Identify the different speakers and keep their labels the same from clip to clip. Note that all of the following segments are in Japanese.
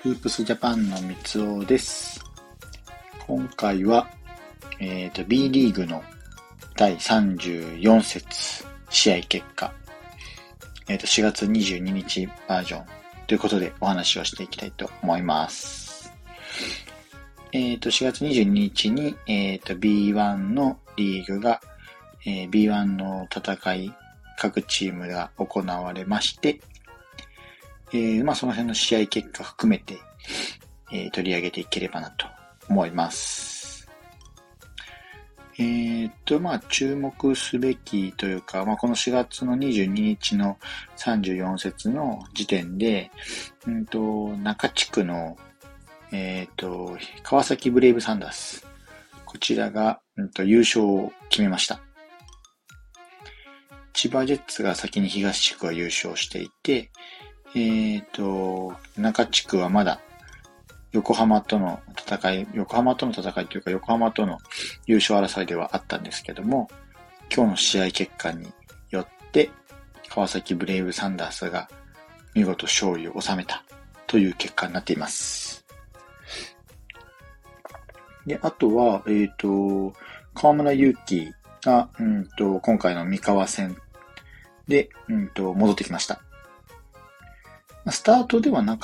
Speaker 1: フープスジャパンの三尾です。今回は、B リーグの第34節試合結果、4月22日バージョンということでお話をしていきたいと思います。4月22日に、B1 のリーグが、B1 の戦い、各チームが行われまして、その辺の試合結果含めて、取り上げていければなと思います。注目すべきというか、この4月の22日の34節の時点で、中地区の、川崎ブレイブサンダース。こちらが、優勝を決めました。千葉ジェッツが先に東地区は優勝していて、中地区はまだ横浜との戦いというか横浜との優勝争いではあったんですけども、今日の試合結果によって川崎ブレイブサンダースが見事勝利を収めたという結果になっています。で、あとは、河村勇輝が、今回の三河戦で、戻ってきました。スタートではなか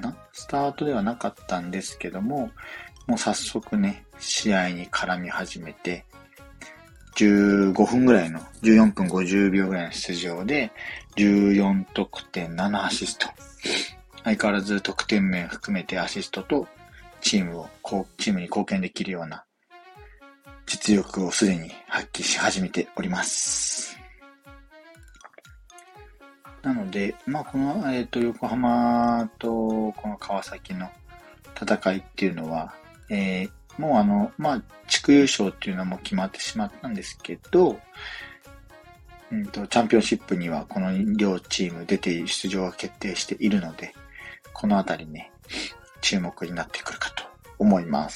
Speaker 1: ったんですけども、もう早速ね、試合に絡み始めて、14分50秒ぐらいの出場で、14得点、7アシスト。相変わらず得点面含めてアシストと、チームに貢献できるような実力をすでに発揮し始めております。なので、この、横浜とこの川崎の戦いっていうのは、もう地区優勝っていうのも決まってしまったんですけど、チャンピオンシップにはこの両チーム出場が決定しているので、このあたりね、注目になってくるかと思います。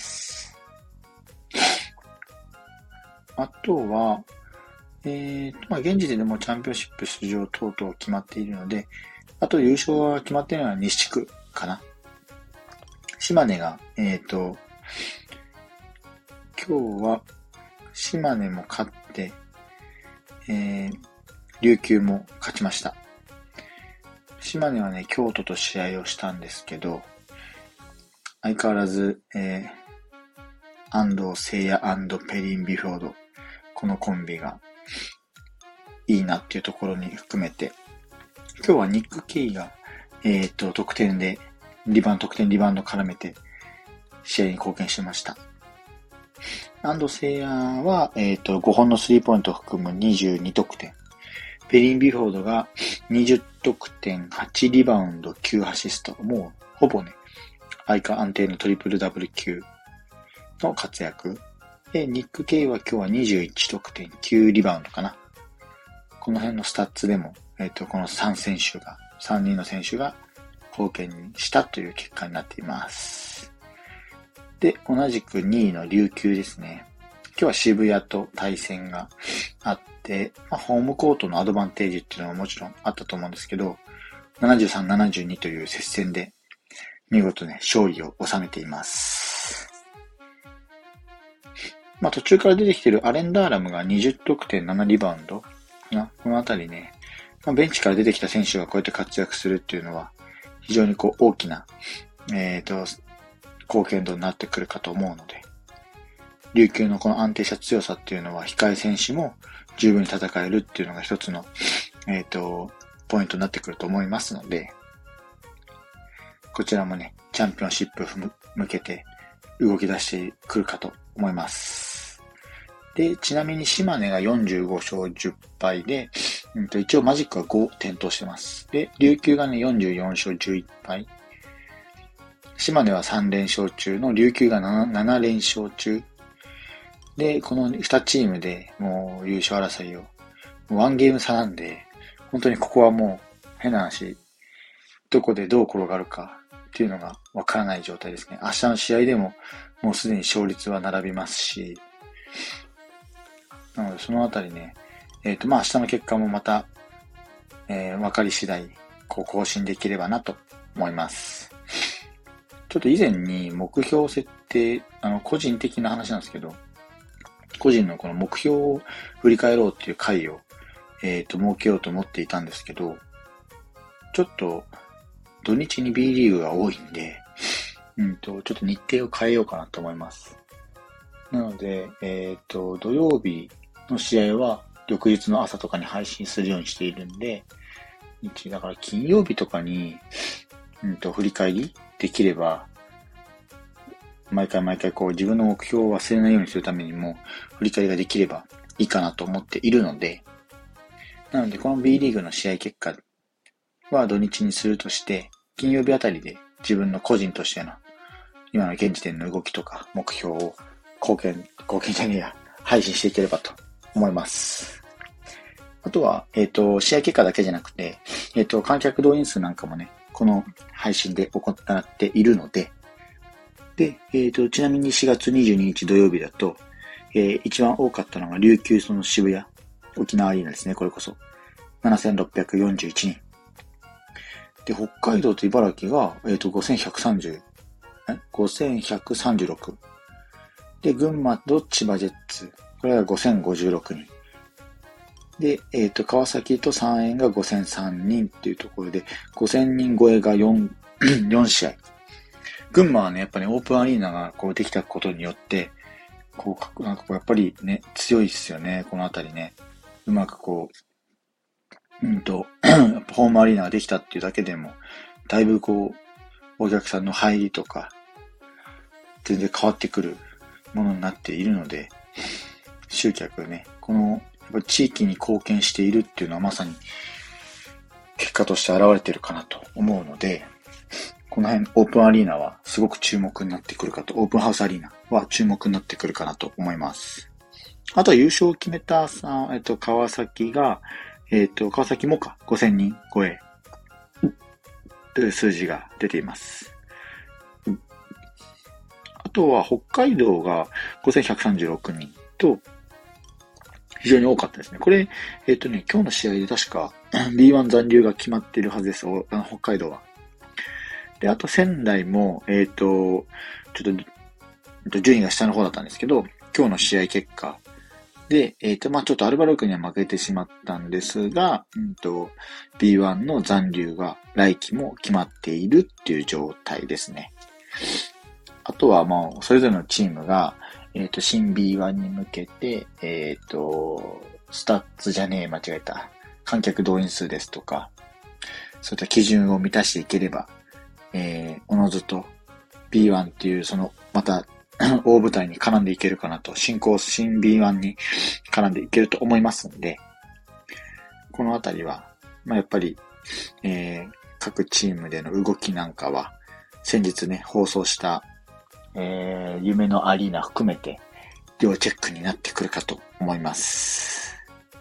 Speaker 1: あとは、現時点でもチャンピオンシップ出場等々決まっているので、あと優勝が決まっているのは西地区かな。島根が、今日は島根も勝って、琉球も勝ちました。島根はね、京都と試合をしたんですけど、相変わらず、安藤聖也&ペリン・ビフォード、このコンビがいいなっていうところに含めて、今日はニック・ケイが、得点リバウンド絡めて試合に貢献しました。安藤聖也は、5本のスリーポイントを含む22得点。ペリン・ビフォードが20得点、8リバウンド、9アシスト。もう、ほぼね、安定のトリプルダブル級の活躍。で、ニック・ケイは今日は21得点、9リバウンドかな。この辺のスタッツでも、この3人の選手が貢献したという結果になっています。で、同じく2位の琉球ですね。今日は渋谷と対戦があって、ホームコートのアドバンテージっていうのはもちろんあったと思うんですけど、73、72という接戦で見事ね、勝利を収めています。途中から出てきているアレンダーラムが20得点7リバウンド。このあたりね、ベンチから出てきた選手がこうやって活躍するっていうのは、非常に大きな、貢献度になってくるかと思うので、琉球のこの安定した強さっていうのは、控え選手も十分に戦えるっていうのが一つの、ポイントになってくると思いますので、こちらもね、チャンピオンシップ向けて動き出してくるかと思います。で、ちなみに島根が45勝10敗で、一応マジックは5点灯してます。で、琉球がね、44勝11敗。島根は3連勝中の琉球が 7連勝中。で、この2チームでもう優勝争いを、1ゲーム差なんで、本当にここはもう変な話、どこでどう転がるかっていうのがわからない状態ですね。明日の試合でももうすでに勝率は並びますし、なのでそのあたりね、明日の結果もまた、分かり次第、更新できればなと思います。 ちょっと以前に目標設定、個人的な話なんですけど、個人のこの目標を振り返ろうっていう回を、設けようと思っていたんですけど、ちょっと土日に B リーグが多いんで、ちょっと日程を変えようかなと思います。なので、土曜日の試合は翌日の朝とかに配信するようにしているんで、だから金曜日とかに、振り返りできれば、毎回こう自分の目標を忘れないようにするためにも、振り返りができればいいかなと思っているので、なのでこの B リーグの試合結果は土日にするとして、金曜日あたりで自分の個人としての今の現時点の動きとか目標を配信していければと思います。あとは、試合結果だけじゃなくて、観客動員数なんかもね、この配信で行っているので、で、ちなみに4月22日土曜日だと、一番多かったのが琉球その渋谷、沖縄アリーナですね、これこそ。7641人。で、北海道と茨城が、5136。で、群馬と千葉ジェッツ、これが5056人。で、川崎と三円が5003人っていうところで、5000人超えが4試合。群馬はね、やっぱり、オープンアリーナがこうできたことによって、こう、なんかこうやっぱりね、強いですよね、このあたりね。うまくこう、やっぱホームアリーナができたっていうだけでも、だいぶこう、お客さんの入りとか、全然変わってくるものになっているので、集客ね、この、やっぱり地域に貢献しているっていうのはまさに、結果として現れているかなと思うので、この辺、オープンアリーナはすごく注目になってくるかと、オープンハウスアリーナは注目になってくるかなと思います。あとは優勝を決めた川崎が、川崎も5000人超えという数字が出ています。あとは北海道が5136人と、非常に多かったですね。これ、今日の試合で確か B1 残留が決まっているはずです。北海道は。で、あと仙台も、ちょっと順位が下の方だったんですけど、今日の試合結果で、ちょっとアルバルクには負けてしまったんですが、B1 の残留が来季も決まっているっていう状態ですね。あとはもう、それぞれのチームが、新 B1 に向けて、スタッツじゃねえ、間違えた。観客動員数ですとか、そういった基準を満たしていければ、おのずと B1 っていう、また、大舞台に絡んでいけるかなと、新 B1 に絡んでいけると思いますんで、このあたりは、やっぱり、各チームでの動きなんかは、先日ね、放送した、夢のアリーナ含めて、要チェックになってくるかと思います。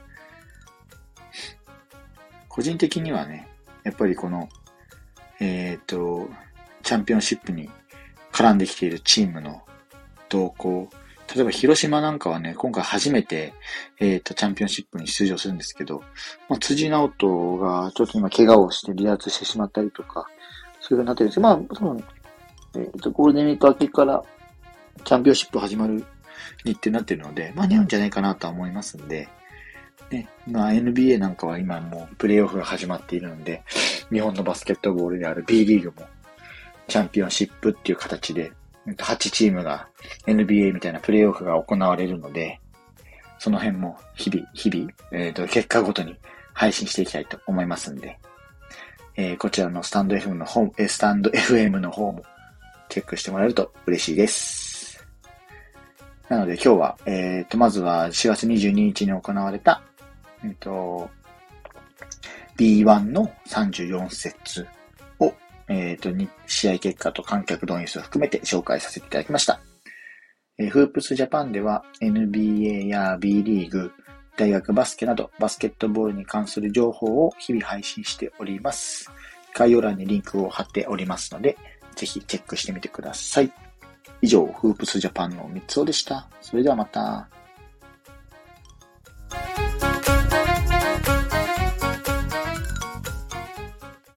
Speaker 1: 個人的にはね、やっぱりこの、チャンピオンシップに絡んできているチームの動向。例えば広島なんかはね、今回初めて、チャンピオンシップに出場するんですけど、辻直人がちょっと今怪我をして離脱してしまったりとか、そういう風になってるんですけど、ゴールデンウィーク明けからチャンピオンシップ始まる日程になっているので、間に合うんじゃないかなとは思いますんで、ね、NBA なんかは今もうプレイオフが始まっているので、日本のバスケットボールである B リーグもチャンピオンシップっていう形で、8チームが NBA みたいなプレイオフが行われるので、その辺も日々、結果ごとに配信していきたいと思いますんで、こちらのスタンド FM の方もチェックしてもらえると嬉しいです。なので今日は、まずは4月22日に行われた、B1 の34節を、試合結果と観客動員数を含めて紹介させていただきました。フープスジャパンでは NBA や B リーグ、大学バスケなどバスケットボールに関する情報を日々配信しております。概要欄にリンクを貼っておりますので、ぜひチェックしてみてください。以上、フープスジャパンの三つおでした。それではまた。